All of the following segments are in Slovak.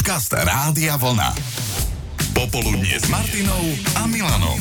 Podcast Rádia Vlna. Popoludnie s Martinou a Milanom.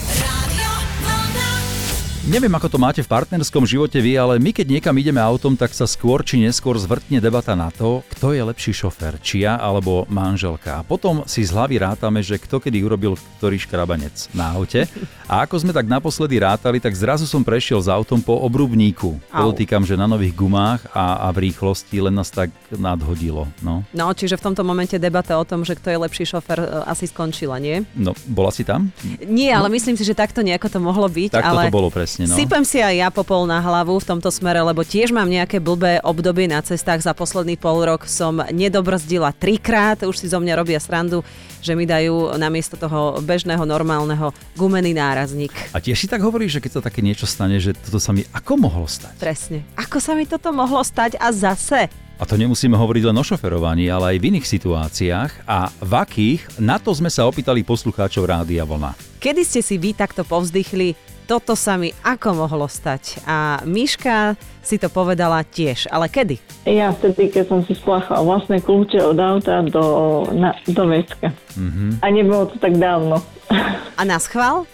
Neviem, ako to máte v partnerskom živote vy, ale my keď niekam ideme autom, tak sa skôr či neskôr zvrtne debata na to, kto je lepší šofér, či ja alebo manželka. A potom si z hlavy rátame, že kto kedy urobil ktorý škrabanec na aute. A ako sme tak naposledy rátali, tak zrazu som prešiel s autom po obrubníku. Podotýkam, že na nových gumách a v rýchlosti len nás tak nadhodilo. No, čiže v tomto momente debata o tom, že kto je lepší šofér, asi skončila, nie? No, bola si tam? Nie, ale myslím si, že takto nejako to mohlo byť. Tak ale... to bolo presne. No. Sypem si aj ja popol na hlavu v tomto smere, lebo tiež mám nejaké blbé obdobie na cestách. Za posledný pol rok som nedobrzdila 3-krát, už si zo mňa robia srandu, že mi dajú namiesto toho bežného, normálneho gumený nárazník. A tiež si tak hovoríš, že keď sa také niečo stane, že toto sa mi ako mohlo stať? Presne. Ako sa mi toto mohlo stať a zase? A to nemusíme hovoriť len o šoferovaní, ale aj v iných situáciách. A v akých? Na to sme sa opýtali poslucháčov Rádia Vlna. Kedy ste si vy takto povzdychli, toto sa mi ako mohlo stať? A Miška si to povedala tiež, ale kedy? Ja vtedy, keď som si spláchala vlastné kľúče od auta do vecka. Mm-hmm. A nebolo to tak dávno. A na schvál?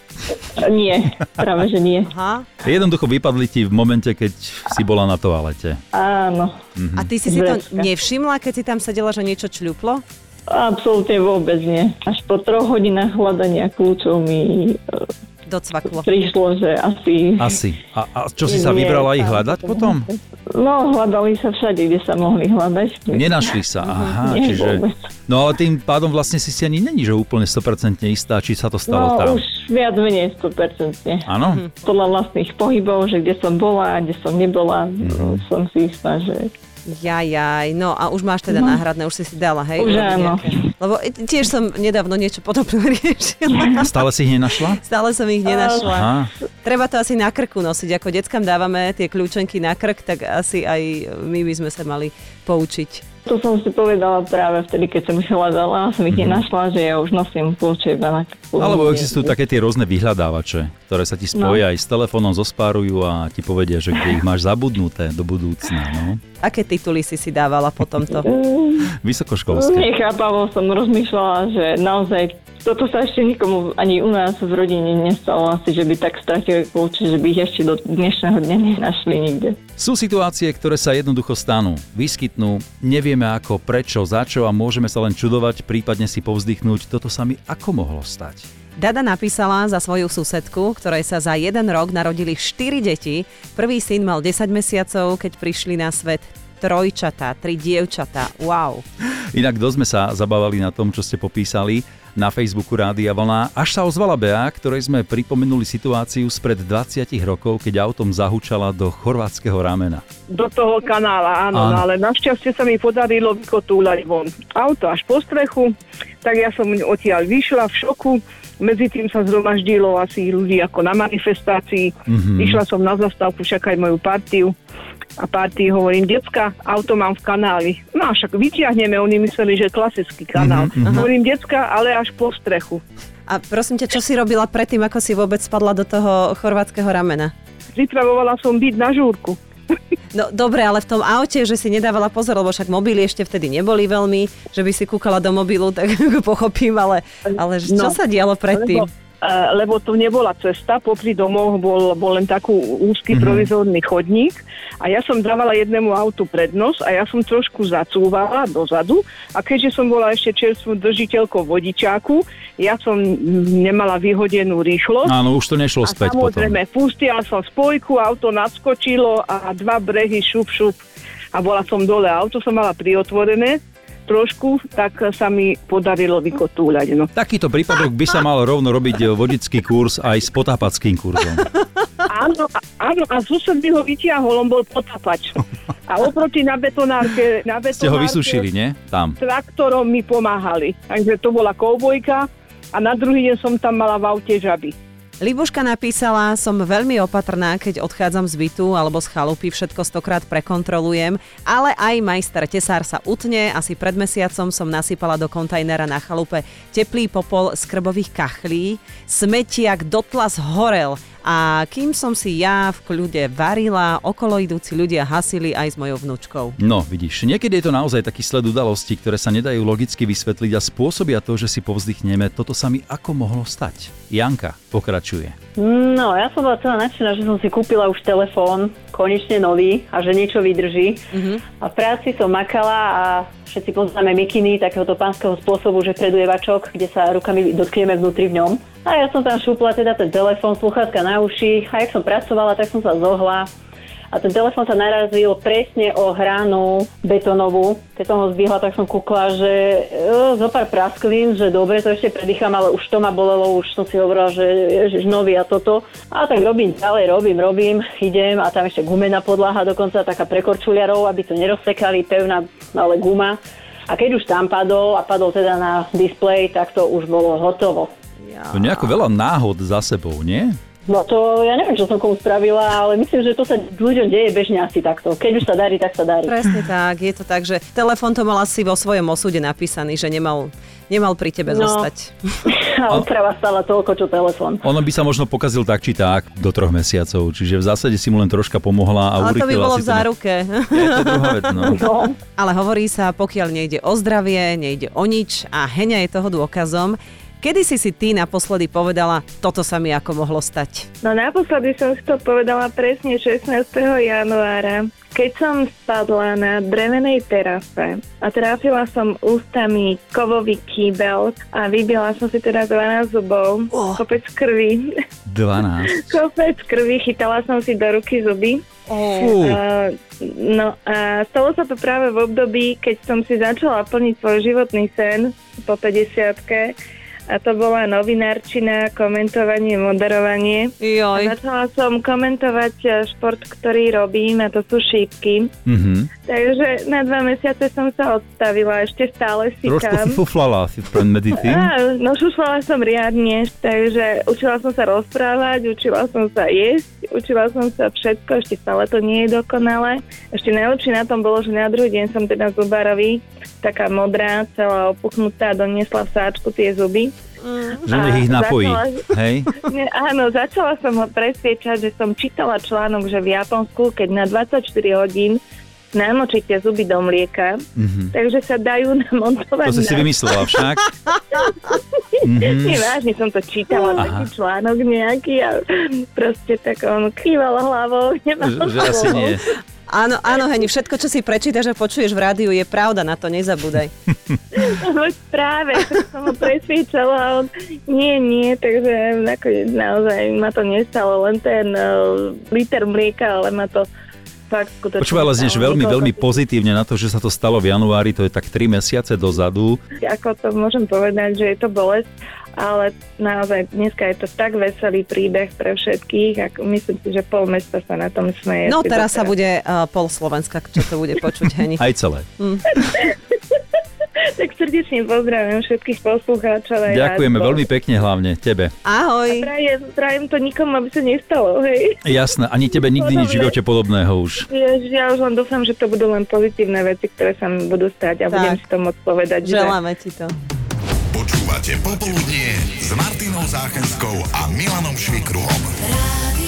Nie, práve že nie. Aha. Jednoducho vypadli ti v momente, keď si bola na toalete. Áno. Mm-hmm. A ty si to nevšimla, keď si tam sedela, že niečo čľuplo? Absolútne vôbec nie. Až po 3 hodinách hľadania kľúčov mi docvaklo. Prišlo, že asi. A čo si sa vybrala ich hľadať potom? No, hľadali sa všade, kde sa mohli hľadať. Nenašli sa, aha. Nie, čiže... vôbec. No ale tým pádom vlastne si ani není, že úplne 100% istá, či sa to stalo tam. No, už viac menej 100%. Áno? Podľa vlastných pohybov, že kde som bola a kde som nebola, som si istá, že... Jajaj, no a už máš teda náhradné, už si dala, hej? Už áno. Lebo tiež som nedávno niečo podobné riešila. A stále si ich nenašla? Stále som ich nenašla. Aha. Treba to asi na krku nosiť, ako deckám dávame tie kľúčenky na krk, tak asi aj my by sme sa mali poučiť. To som si povedala práve vtedy, keď som ich hľadala a som ich nenašla, že ja už nosím kľúče iba na krku. Alebo existujú také tie rôzne vyhľadávače, ktoré sa ti spoja aj s telefónom, zospárujú a ti povedia, že kde ich máš zabudnuté do budúcna, no. Aké tituly si dávala po tomto? Vysokoškolské. Nechápavo som rozmýšľala, že naozaj toto sa ešte nikomu ani u nás v rodine nestalo asi, že by tak stratili kľúče, že by ich ešte do dnešného dňa nenašli nikde. Sú situácie, ktoré sa jednoducho stanú, vyskytnú, nevieme ako, prečo, za čo a môžeme sa len čudovať, prípadne si povzdychnúť, toto sa mi ako mohlo stať. Dada napísala za svoju susedku, ktorej sa za 1 rok narodili 4 deti. Prvý syn mal 10 mesiacov, keď prišli na svet trojčatá, 3 dievčatá. Wow. Inak dosť sme sa zabávali na tom, čo ste popísali na Facebooku Rádia Vlna. Až sa ozvala Bea, ktorej sme pripomenuli situáciu spred 20 rokov, keď autom zahúčala do chorvátskeho ramena. Do toho kanála, áno. Ale našťastie sa mi podarilo vykotúľať von auto až po strechu, tak ja som odtiaľ vyšla v šoku. Medzi tým sa zhromaždilo asi ľudí ako na manifestácii. Išla som na zastávku, však aj moju partiu. A partii hovorím, decka, auto mám v kanáli. No a však vytiahneme, oni mysleli, že klasický kanál. Hovorím, decka, ale až po strechu. A prosím ťa, čo si robila predtým, ako si vôbec spadla do toho chorvátskeho ramena? Pripravovala som byt na žúrku. No dobre, ale v tom aute, že si nedávala pozor, lebo však mobily ešte vtedy neboli veľmi, že by si kúkala do mobilu, tak pochopím, ale čo sa dialo predtým? Lebo to nebola cesta, popri domoch bol len takú úzky provizórny chodník a ja som dávala jednému autu prednosť a ja som trošku zacúvala dozadu a keďže som bola ešte čerstvou držiteľkou vodičáku, ja som nemala vyhodenú rýchlosť. Áno, už to nešlo späť potom. A samozrejme, pustila som spojku, auto nadskočilo a 2 brehy šup a bola som dole. Auto som mala priotvorené trošku, tak sa mi podarilo vykotúľať. No. Takýto prípadok by sa mal rovno robiť vodický kurz aj s potápackým kurzom. Áno, a sused by ho vytiahol, on bol potápač. A oproti na betonárke ste ho vysušili, nie? Tam. Traktorom mi pomáhali. Takže to bola koubojka a na druhý deň som tam mala v aute žaby. Libuška napísala, som veľmi opatrná, keď odchádzam z bytu alebo z chalupy, všetko 100-krát prekontrolujem, ale aj majster tesár sa utne. Asi pred mesiacom som nasypala do kontajnera na chalupe teplý popol z krbových kachlí, smetiak dotlas horel a kým som si ja v kľude varila, okolo idúci ľudia hasili aj s mojou vnúčkou. No, vidíš, niekedy je to naozaj taký sled udalostí, ktoré sa nedajú logicky vysvetliť a spôsobia to, že si povzdychneme, toto sa mi ako mohlo stať. Janka pokračuje. No, ja som bola celá nadšená, že som si kúpila už telefón, konečne nový a že niečo vydrží. A v práci som makala a všetci poznáme mikiny takéhoto pánskeho spôsobu, že predujevačok, kde sa rukami dotkneme vnútri v ňom. A ja som tam šúpla teda ten telefón, slúchadka na uši a jak som pracovala, tak som sa zohla. A ten telefón sa narazil presne o hranu betónovú. Keď som ho zdvihla, tak som kúkla, že zo pár prasklín, že dobre, to ešte predýcham, ale už to ma bolelo, už som si hovorila, že ježiš, nový a toto. A tak robím ďalej, robím, idem a tam ešte gumená podlaha dokonca, taká pre korčuliarov, aby to nerozsekali, pevná, ale guma. A keď už tam padol a padol teda na displej, tak to už bolo hotovo. To nejako veľa náhod za sebou, nie? No to ja neviem, čo som komu spravila, ale myslím, že to sa ľuďom deje bežne asi takto. Keď už sa darí, tak sa darí. Presne tak, je to tak, že telefón to mal asi vo svojom osude napísaný, že nemal pri tebe zostať. A oprava stála toľko, čo telefón. Ono by sa možno pokazil tak či tak do 3 mesiacov, čiže v zásade si mu len troška pomohla a ale to by bolo v záruke. Je to druhá vec, no. Ale hovorí sa, pokiaľ nejde o zdravie, nejde o nič a Heňa je toho dôkazom. Kedy si ty naposledy povedala, toto sa mi ako mohlo stať? No naposledy som si to povedala presne 16. januára, keď som spadla na drevenej terase a trafila som ústami kovový kýbel a vybila som si teda 12 zubov, kopec krvi. 12? Kopec krvi, chytala som si do ruky zuby. No a stalo sa to práve v období, keď som si začala plniť svoj životný sen po 50-ke. A to bola novinárčina, komentovanie, moderovanie. Joj. A začala som komentovať šport, ktorý robím, a to sú šípky. Takže na 2 mesiace som sa odstavila, ešte stále si trošku kam. si fuflala si medzi tým. No šušlala som riadne, takže učila som sa rozprávať, učila som sa jesť, učila som sa všetko, ešte stále to nie je dokonalé. Ešte najlepšie na tom bolo, že na druhý deň som teda zubárovi, taká modrá, celá opuchnutá, doniesla v sáčku tie zuby. Že nech ich napojí, hej? Áno, začala som ho presviečať, že som čítala článok, že v Japonsku, keď na 24 hodín namočíte zuby do mlieka, takže sa dajú namontovať. To si si vymyslela však. Vážne som to čítala, taký článok nejaký a proste tak on kýval hlavou. Že asi nie. Áno, Heni, všetko, čo si prečítaš a počuješ v rádiu, je pravda, na to nezabúdaj. No práve, som ho presviečala a on nie, takže nakoniec naozaj ma to nestalo, len ten liter mlieka, ale ma to fakt skutočne... Počúvaj, ale znieš veľmi pozitívne na to, že sa to stalo v januári, to je tak 3 mesiace dozadu. Ako to môžem povedať, že je to bolesť, ale naozaj dneska je to tak veselý príbeh pre všetkých a myslím si, že pol mesta sa na tom smeje. No teraz sa bude pol Slovenska, čo to bude počuť, Heni. Aj celé. Tak srdečne pozdravím všetkých poslucháčov. Ďakujeme veľmi pekne, hlavne tebe. Ahoj. Prajem to nikomu, aby sa nestalo, hej. Jasné, ani tebe nikdy nič v živote podobného už. Ja už len dúfam, že to budú len pozitívne veci, ktoré sa mi budú stať a budem si to môcť povedať. Želáme ti to. Počúvate Popoludnie s Martinou Záchenskou a Milanom Švikruhom.